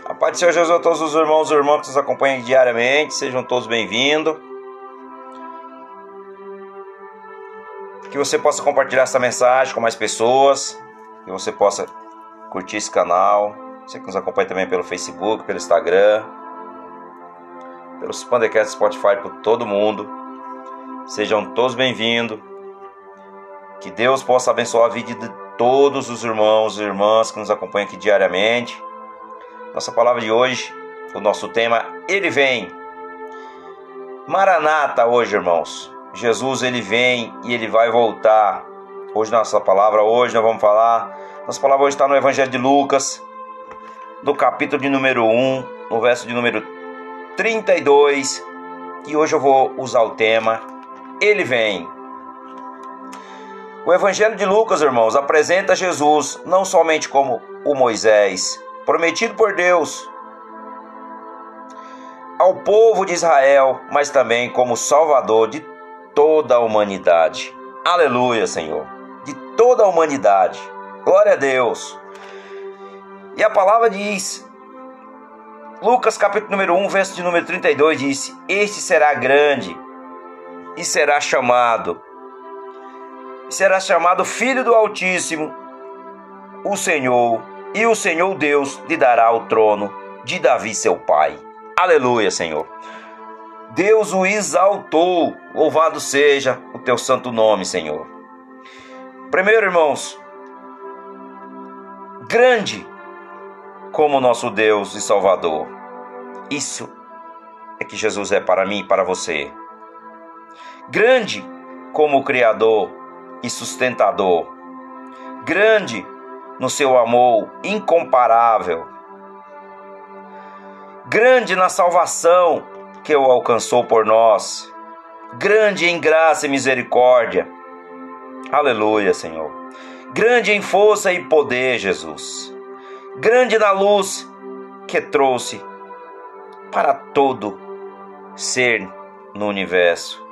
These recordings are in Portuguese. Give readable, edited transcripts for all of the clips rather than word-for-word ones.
A paz do Senhor Jesus a todos os irmãos e irmãs que nos acompanham diariamente, sejam todos bem-vindos. Que você possa compartilhar essa mensagem com mais pessoas, que você possa curtir esse canal. Você que nos acompanha também pelo Facebook, pelo Instagram, pelos podcasts Spotify, por todo mundo. Sejam todos bem-vindos. Que Deus possa abençoar a vida de todos os irmãos e irmãs que nos acompanham aqui diariamente. Nossa palavra de hoje, o nosso tema, Ele vem. Maranata hoje, irmãos. Jesus, Ele vem e Ele vai voltar. Hoje nós vamos falar. Nossa palavra hoje está no Evangelho de Lucas, no capítulo de número 1, no verso de número 32. E hoje eu vou usar o tema, Ele vem. O Evangelho de Lucas, irmãos, apresenta Jesus não somente como o Moisés, prometido por Deus ao povo de Israel, mas também como Salvador de toda a humanidade. Aleluia, Senhor. De toda a humanidade. Glória a Deus. E a palavra diz, Lucas capítulo número 1, verso de número 32, diz: Este será grande e será chamado Filho do Altíssimo, o Senhor, e o Senhor Deus lhe dará o trono de Davi seu pai. Aleluia, Senhor. Deus o exaltou, louvado seja o teu santo nome, Senhor. Primeiro, irmãos, grande como nosso Deus e Salvador. Isso é que Jesus é para mim e para você. Grande como Criador e sustentador. Grande no seu amor incomparável. Grande na salvação que o alcançou por nós. Grande em graça e misericórdia. Aleluia, Senhor. Grande em força e poder, Jesus. Grande na luz que trouxe para todo ser no universo.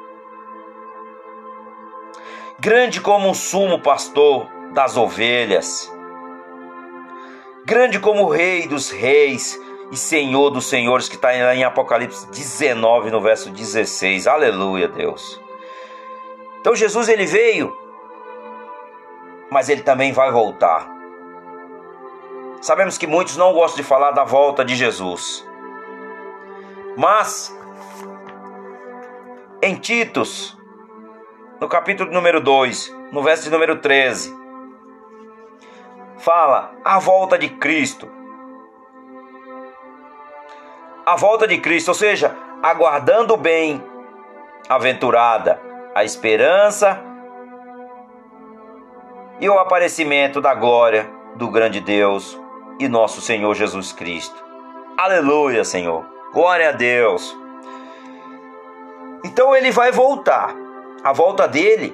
Grande como um sumo pastor das ovelhas. Grande como o Rei dos reis e Senhor dos senhores, que está em Apocalipse 19, no verso 16. Aleluia, Deus. Então Jesus, Ele veio, mas Ele também vai voltar. Sabemos que muitos não gostam de falar da volta de Jesus. Mas, em Titos, no capítulo número 2, no verso de número 13, fala a volta de Cristo. A volta de Cristo, ou seja, aguardando bem aventurada a esperança e o aparecimento da glória do grande Deus e nosso Senhor Jesus Cristo. Aleluia, Senhor. Glória a Deus. Então Ele vai voltar. A volta dele,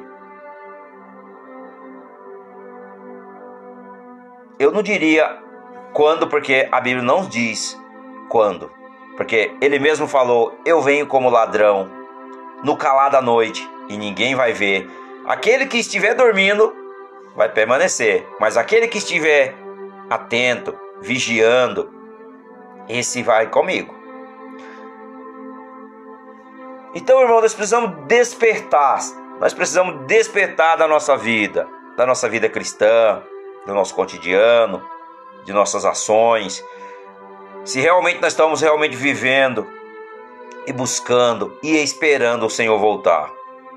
eu não diria quando, porque a Bíblia não diz quando. Porque Ele mesmo falou: eu venho como ladrão, no calar da noite, e ninguém vai ver. Aquele que estiver dormindo vai permanecer, mas aquele que estiver atento, vigiando, esse vai comigo. Então, irmão, nós precisamos despertar. Nós precisamos despertar da nossa vida cristã, do nosso cotidiano, de nossas ações. Se realmente nós estamos vivendo e buscando e esperando o Senhor voltar.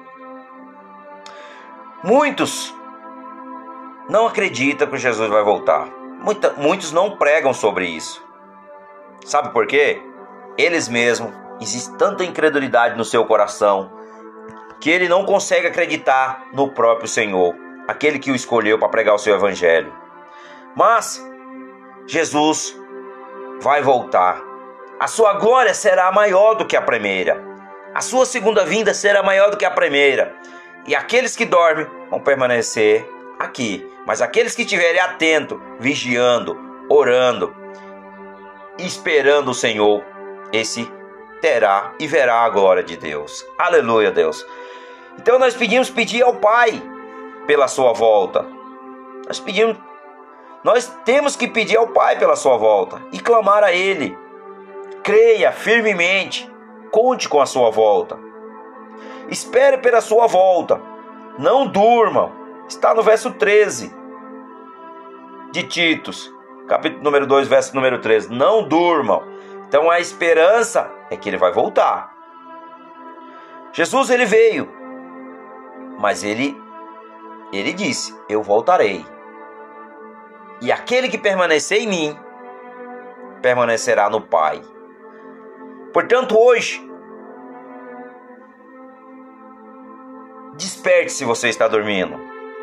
Muitos não acreditam que Jesus vai voltar. Muitos não pregam sobre isso. Sabe por quê? Eles mesmos, existe tanta incredulidade no seu coração que ele não consegue acreditar no próprio Senhor, aquele que o escolheu para pregar o seu evangelho. Mas Jesus vai voltar. A sua glória será maior do que a primeira. A sua segunda vinda será maior do que a primeira. E aqueles que dormem vão permanecer aqui. Mas aqueles que estiverem atentos, vigiando, orando, esperando o Senhor, esse terá e verá a glória de Deus. Aleluia, Deus. Então nós pedimos ao Pai pela sua volta. Nós pedimos Nós temos que pedir ao Pai pela sua volta e clamar a Ele. Creia firmemente, conte com a sua volta. Espere pela sua volta, não durma. Está no verso 13 de Titos, capítulo número 2, verso número 13. Não durmam. Então a esperança é que Ele vai voltar. Jesus, Ele veio, mas Ele disse, eu voltarei. E aquele que permanecer em mim, permanecerá no Pai. Portanto, hoje, desperte se você está dormindo.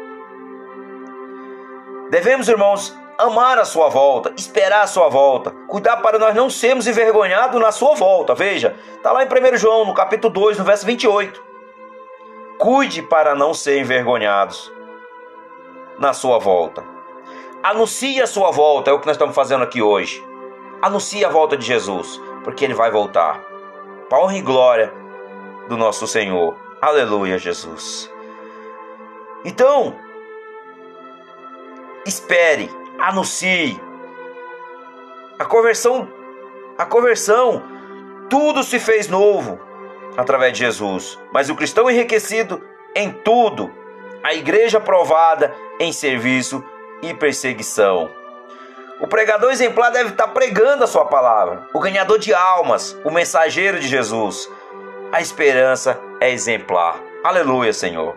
Devemos, irmãos, amar a sua volta, esperar a sua volta, cuidar para nós não sermos envergonhados na sua volta. Veja, está lá em 1 João, no capítulo 2, no verso 28. Cuide para não ser envergonhados na sua volta. Anuncie a sua volta, é o que nós estamos fazendo aqui hoje. Anuncie a volta de Jesus, porque Ele vai voltar. Para a honra e glória do nosso Senhor. Aleluia, Jesus. Então, espere, anuncie. A conversão, tudo se fez novo através de Jesus. Mas o cristão enriquecido em tudo, a igreja provada em serviço e perseguição. O pregador exemplar deve estar pregando a sua palavra. O ganhador de almas, o mensageiro de Jesus. A esperança é exemplar. Aleluia, Senhor.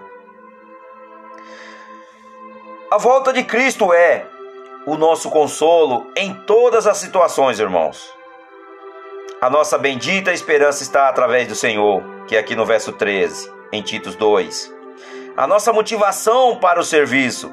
A volta de Cristo é o nosso consolo em todas as situações, irmãos. A nossa bendita esperança está através do Senhor, que é aqui no verso 13, em Titos 2. A nossa motivação para o serviço.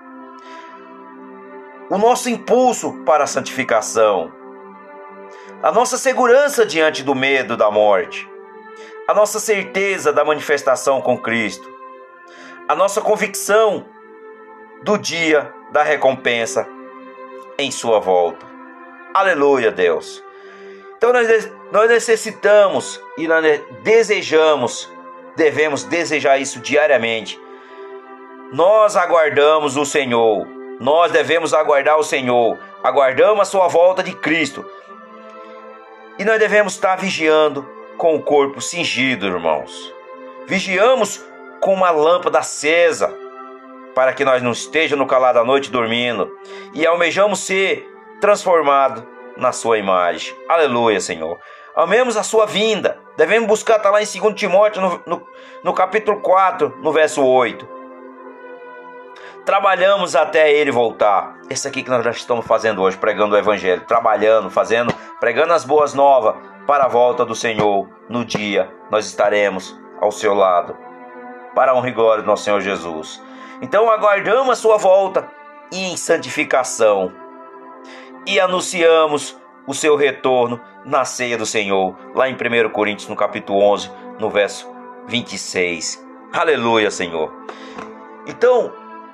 O nosso impulso para a santificação. A nossa segurança diante do medo da morte. A nossa certeza da manifestação com Cristo. A nossa convicção do dia da recompensa em sua volta. Aleluia, Deus. Então nós necessitamos e nós desejamos, devemos desejar isso diariamente. Nós aguardamos o Senhor. Nós devemos aguardar o Senhor. Aguardamos a sua volta de Cristo. E nós devemos estar vigiando com o corpo cingido, irmãos. Vigiamos com uma lâmpada acesa, para que nós não estejamos no calor da noite dormindo. E almejamos ser transformados na sua imagem. Aleluia, Senhor. Amemos a sua vinda. Devemos buscar, está lá em 2 Timóteo, no capítulo 4, no verso 8. Trabalhamos até Ele voltar. Esse aqui que nós já estamos fazendo hoje, pregando o Evangelho. Trabalhando, pregando as boas novas para a volta do Senhor. No dia, nós estaremos ao seu lado. Para a honra e glória do nosso Senhor Jesus. Então aguardamos a sua volta e em santificação. E anunciamos o seu retorno na ceia do Senhor. Lá em 1 Coríntios, no capítulo 11, no verso 26. Aleluia, Senhor. Então,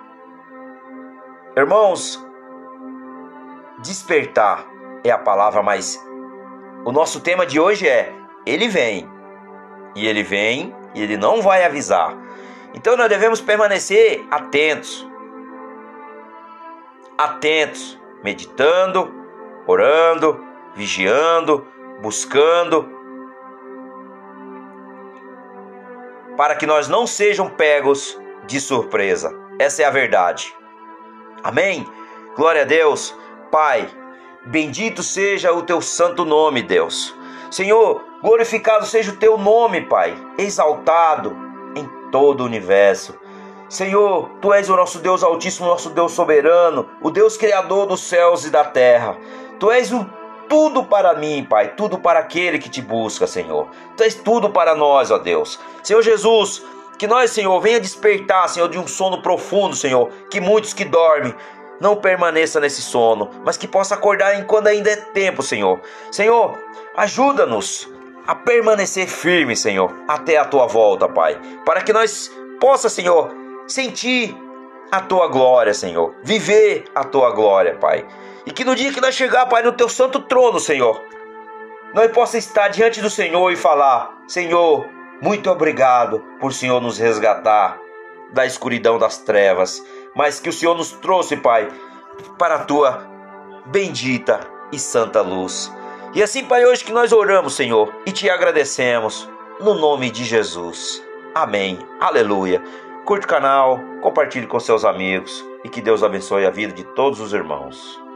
irmãos, despertar é a palavra, mas o nosso tema de hoje é: Ele vem. E Ele vem e Ele não vai avisar. Então nós devemos permanecer atentos, meditando, orando, vigiando, buscando, para que nós não sejam pegos de surpresa. Essa é a verdade. Amém? Glória a Deus. Pai, bendito seja o teu santo nome, Deus. Senhor, glorificado seja o teu nome, Pai, exaltado em todo o universo. Senhor, Tu és o nosso Deus altíssimo, nosso Deus soberano, o Deus criador dos céus e da terra. Tu és o tudo para mim, Pai, tudo para aquele que Te busca, Senhor. Tu és tudo para nós, ó Deus. Senhor Jesus, que nós, Senhor, venha despertar, Senhor, de um sono profundo, Senhor, que muitos que dormem não permaneçam nesse sono, mas que possa acordar enquanto ainda é tempo, Senhor. Senhor, ajuda-nos a permanecer firme, Senhor, até a Tua volta, Pai, para que nós possa, Senhor, sentir a Tua glória, Senhor, viver a Tua glória, Pai, e que no dia que nós chegar, Pai, no Teu santo trono, Senhor, nós possa estar diante do Senhor e falar: Senhor, muito obrigado por o Senhor nos resgatar da escuridão das trevas, mas que o Senhor nos trouxe, Pai, para a tua bendita e santa luz. E assim, Pai, hoje que nós oramos, Senhor, e te agradecemos, no nome de Jesus. Amém. Aleluia. Curte o canal, compartilhe com seus amigos e que Deus abençoe a vida de todos os irmãos.